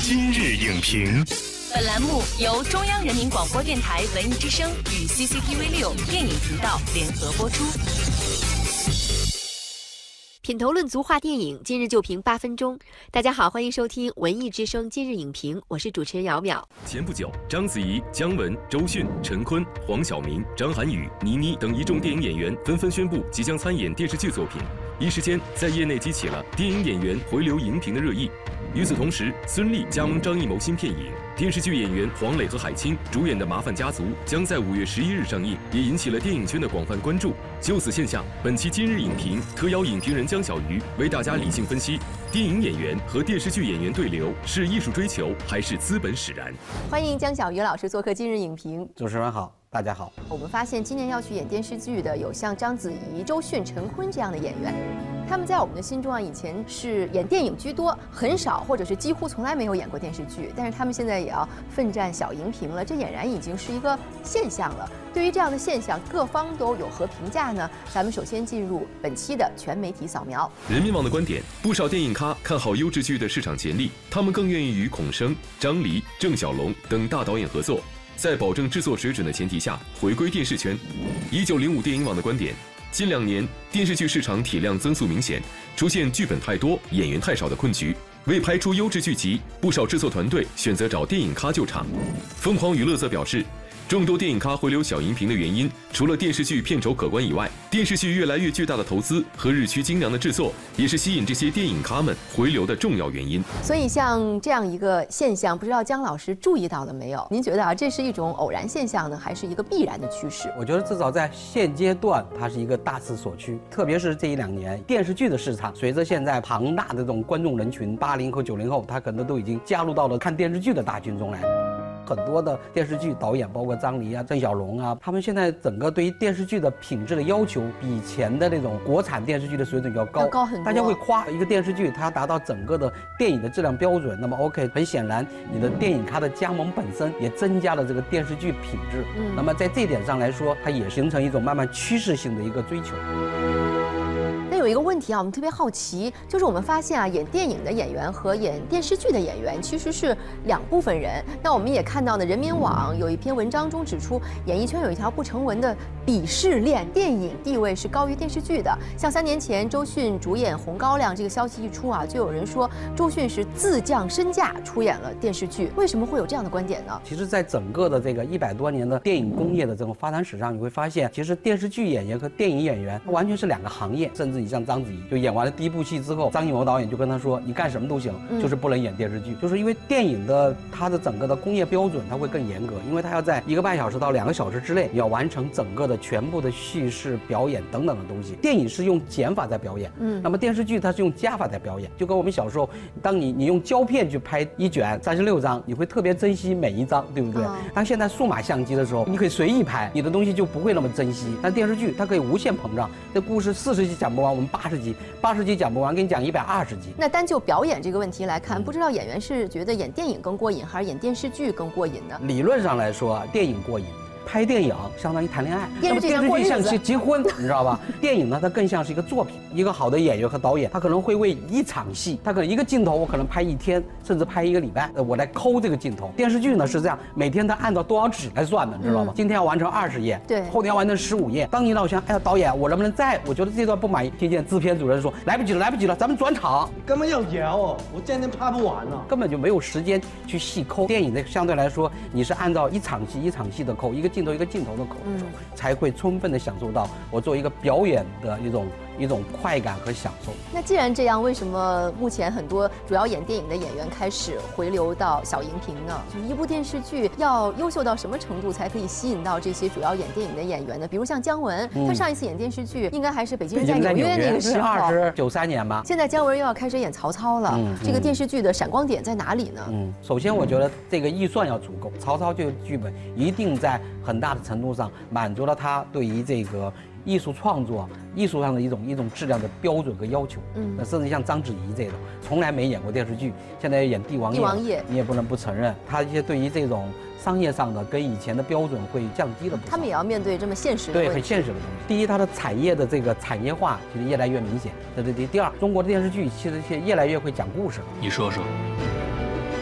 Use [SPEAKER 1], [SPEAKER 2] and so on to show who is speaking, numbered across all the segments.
[SPEAKER 1] 今日影评。
[SPEAKER 2] 本栏目由中央人民广播电台文艺之声与 CCTV6 电影频道联合播出。
[SPEAKER 3] 品头论足话电影，今日就评8分钟。大家好，欢迎收听文艺之声今日影评，我是主持人姚淼。
[SPEAKER 4] 前不久，章子怡、姜文、周迅、陈坤、黄晓明、张涵予、倪妮等一众电影演员纷纷宣布即将参演电视剧作品，一时间在业内激起了电影演员回流荧屏的热议。与此同时，孙俪加盟张艺谋新片影，电视剧演员黄磊和海清主演的《麻烦家族》将在5月11日上映，也引起了电影圈的广泛关注。就此现象，本期今日影评特邀影评人江小鱼为大家理性分析电影演员和电视剧演员对流是艺术追求还是资本使然。
[SPEAKER 3] 欢迎江小鱼老师做客今日影评。
[SPEAKER 5] 主持人好，大家好。
[SPEAKER 3] 我们发现今年要去演电视剧的有像章子怡、周迅、陈坤这样的演员。他们在我们的心中啊，以前是演电影居多，很少或者是几乎从来没有演过电视剧。但是他们现在也要奋战小荧屏了，这俨然已经是一个现象了。对于这样的现象，各方都有何评价呢？咱们首先进入本期的全媒体扫描。
[SPEAKER 4] 人民网的观点：不少电影咖看好优质剧的市场潜力，他们更愿意与孔笙、张黎、郑晓龙等大导演合作，在保证制作水准的前提下回归电视圈。1905电影网的观点：近2年，电视剧市场体量增速明显，出现剧本太多、演员太少的困局。为拍出优质剧集，不少制作团队选择找电影咖救场。疯狂娱乐则表示，众多电影咖回流小荧屏的原因，除了电视剧片酬可观以外，电视剧越来越巨大的投资和日趋精良的制作，也是吸引这些电影咖们回流的重要原因。
[SPEAKER 3] 所以像这样一个现象，不知道姜老师注意到了没有？您觉得啊，这是一种偶然现象呢，还是一个必然的趋势？
[SPEAKER 5] 我觉得至少在现阶段，它是一个大势所趋。特别是这1、2年，电视剧的市场，随着现在庞大的这种观众人群，80后、90后，他可能都已经加入到了看电视剧的大军中来。很多的电视剧导演，包括张黎啊、郑晓龙啊，他们现在整个对于电视剧的品质的要求，比以前的那种国产电视剧的水准要高很多。大家会夸一个电视剧，它达到整个的电影的质量标准，那么 OK， 很显然，你的电影咖的加盟本身也增加了这个电视剧品质。那么在这点上来说，它也形成一种慢慢趋势性的一个追求。
[SPEAKER 3] 有一个问题啊，我们特别好奇，就是我们发现啊，演电影的演员和演电视剧的演员其实是2部分人。那我们也看到呢，人民网有一篇文章中指出，演艺圈有一条不成文的鄙视链，电影地位是高于电视剧的。像3年前周迅主演《红高粱》这个消息一出啊，就有人说周迅是自降身价出演了电视剧。为什么会有这样的观点呢？
[SPEAKER 5] 其实，在整个的这个100多年的电影工业的这种发展史上，你会发现，其实电视剧演员和电影演员完全是2个行业，甚至像章子怡，就演完了第1部戏之后，张艺谋导演就跟他说：“你干什么都行，就是不能演电视剧。”就是因为电影的它的整个的工业标准，它会更严格，因为它要在1个半小时到2个小时之内，你要完成整个的全部的叙事、表演等等的东西。电影是用减法在表演，那么电视剧它是用加法在表演。就跟我们小时候，当你用胶片去拍1卷36张，你会特别珍惜每一张，对不对？当现在数码相机的时候，你可以随意拍，你的东西就不会那么珍惜。但电视剧它可以无限膨胀，这故事40集讲不完，我们80集讲不完，给你讲120集。
[SPEAKER 3] 那单就表演这个问题来看，不知道演员是觉得演电影更过瘾，还是演电视剧更过瘾呢？
[SPEAKER 5] 理论上来说，电影过瘾。拍电影相当于谈恋爱，
[SPEAKER 3] 电视剧
[SPEAKER 5] 像是结婚，你知道吧？电影呢，它更像是一个作品。一个好的演员和导演，他可能会为1场戏，他可能1个镜头，我可能拍1天，甚至拍1个礼拜，我来抠这个镜头。电视剧呢是这样，每天他按照多少纸来算的，你知道吗？今天要完成20页，
[SPEAKER 3] 对，
[SPEAKER 5] 后天要完成15页。当你老想，哎呀，导演，我能不能再？我觉得这段不满意，听见制片主任说，来不及了，咱们转场。
[SPEAKER 6] 根本要摇哦，我今天拍不完了，
[SPEAKER 5] 根本就没有时间去细抠。电影的相对来说，你是按照1场戏的抠，1个镜头1个镜头的抠。才会充分的享受到我做一个表演的一种快感和享受。
[SPEAKER 3] 那既然这样，为什么目前很多主要演电影的演员开始回流到小荧屏呢？就是一部电视剧要优秀到什么程度才可以吸引到这些主要演电影的演员呢？比如像姜文，他上一次演电视剧应该还是《北京人在纽约》那个时候
[SPEAKER 5] ，93年吧。
[SPEAKER 3] 现在姜文又要开始演曹操了，这个电视剧的闪光点在哪里呢？
[SPEAKER 5] 首先我觉得这个预算要足够，曹操这个剧本一定在很大的程度上满足了他对于这个艺术创作、艺术上的一种质量的标准和要求。那甚至像章子怡这种从来没演过电视剧，现在演帝王夜，你也不能不承认，他一些对于这种商业上的跟以前的标准会降低了不少。
[SPEAKER 3] 他们也要面对这么现实的问题。
[SPEAKER 5] 对，很现实的东西。第一，它的产业的这个产业化其实越来越明显，这是第一。第二，中国的电视剧其实越来越会讲故事。
[SPEAKER 1] 你说说。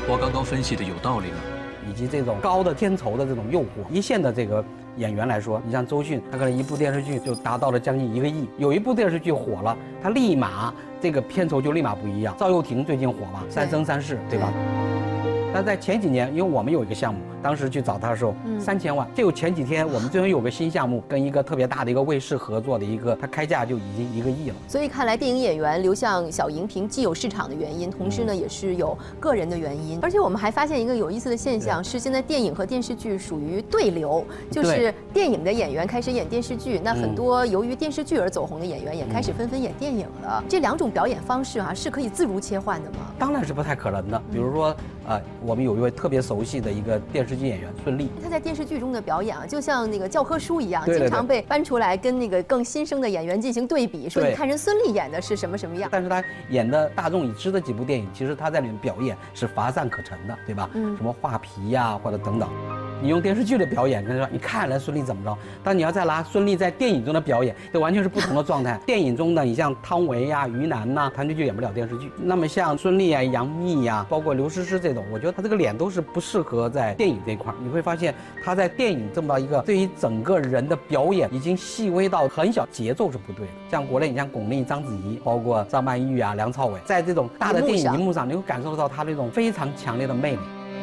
[SPEAKER 1] 我刚刚分析的有道理吗？
[SPEAKER 5] 以及这种高的片酬的这种诱惑，一线的这个演员来说，你像周迅，他可能一部电视剧就达到了将近1个亿。有一部电视剧火了，他立马这个片酬就立马不一样。赵又廷最近火嘛，《三生三世》，对吧？但在前几年，因为我们有一个项目，当时去找他的时候，3000万。就前几天我们最近有个新项目，跟一个特别大的一个卫视合作的一个，它开价就已经1个亿了。
[SPEAKER 3] 所以看来电影演员流向小荧屏既有市场的原因，同时呢也是有个人的原因。而且我们还发现一个有意思的现象，是现在电影和电视剧属于对流，就是电影的演员开始演电视剧，那很多由于电视剧而走红的演员也开始纷纷演电影了。这2种表演方式是可以自如切换的吗？
[SPEAKER 5] 当然是不太可能的。比如说，我们有一位特别熟悉的一个电视剧演员孙俪，
[SPEAKER 3] 她在电视剧中的表演就像那个教科书一样，经常被搬出来跟那个更新生的演员进行对比，说你看人孙俪演的是什么什么样。
[SPEAKER 5] 但是她演的大众已知的几部电影，其实她在里面表演是乏善可陈的，对吧？什么画皮呀，或者等等。你用电视剧的表演跟说，你看来孙俪怎么着？但你要再拿孙俪在电影中的表演，这完全是不同的状态。电影中的你像汤唯呀、于南呐，他们就演不了电视剧。那么像孙俪啊、杨幂呀，包括刘诗诗这种，我觉得她这个脸都是不适合在电影这一块。你会发现她在电影这么一个对于整个人的表演已经细微到很小，节奏是不对的。像国内，你像巩俐、章子怡，包括张曼玉啊、梁朝伟，在这种大的电影荧幕上，你会感受到她那种非常强烈的魅力。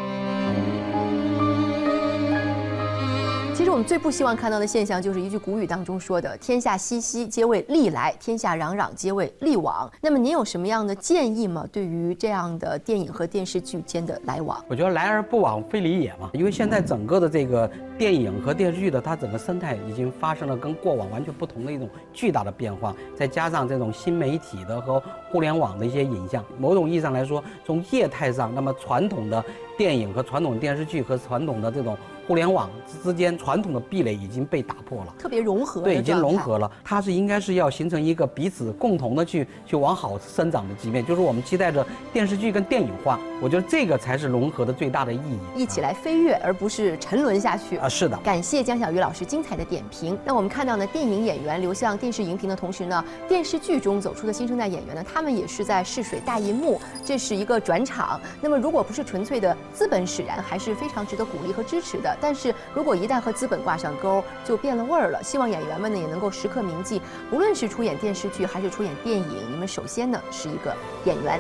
[SPEAKER 3] 其实我们最不希望看到的现象，就是一句古语当中说的“天下熙熙，皆为利来；天下攘攘，皆为利往”。那么您有什么样的建议吗？对于这样的电影和电视剧间的来往，
[SPEAKER 5] 我觉得来而不往非礼也嘛。因为现在整个的这个电影和电视剧的它整个生态已经发生了跟过往完全不同的一种巨大的变化，再加上这种新媒体的和互联网的一些影响，某种意义上来说，从业态上，那么传统的电影和传统的电视剧和传统的这种互联网之间传统的壁垒已经被打破了，
[SPEAKER 3] 特别融合，
[SPEAKER 5] 对，已经融合了。它是应该是要形成一个彼此共同的去往好生长的局面，就是我们期待着电视剧跟电影化，我觉得这个才是融合的最大的意义，
[SPEAKER 3] 一起来飞跃，而不是沉沦下去
[SPEAKER 5] 啊！是的，
[SPEAKER 3] 感谢江小鱼老师精彩的点评。那我们看到呢，电影演员流向电视荧屏的同时呢，电视剧中走出的新生代演员呢，他们也是在试水大银幕，这是一个转场。那么如果不是纯粹的资本使然，还是非常值得鼓励和支持的。但是如果一旦和资本挂上钩，就变了味儿了。希望演员们呢也能够时刻铭记，无论是出演电视剧还是出演电影，你们首先呢是一个演员。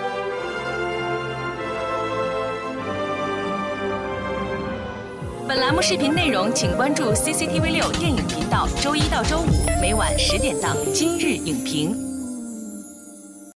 [SPEAKER 2] 本栏目视频内容，请关注 CCTV6电影频道，周1到周5每晚10点档《今日影评》。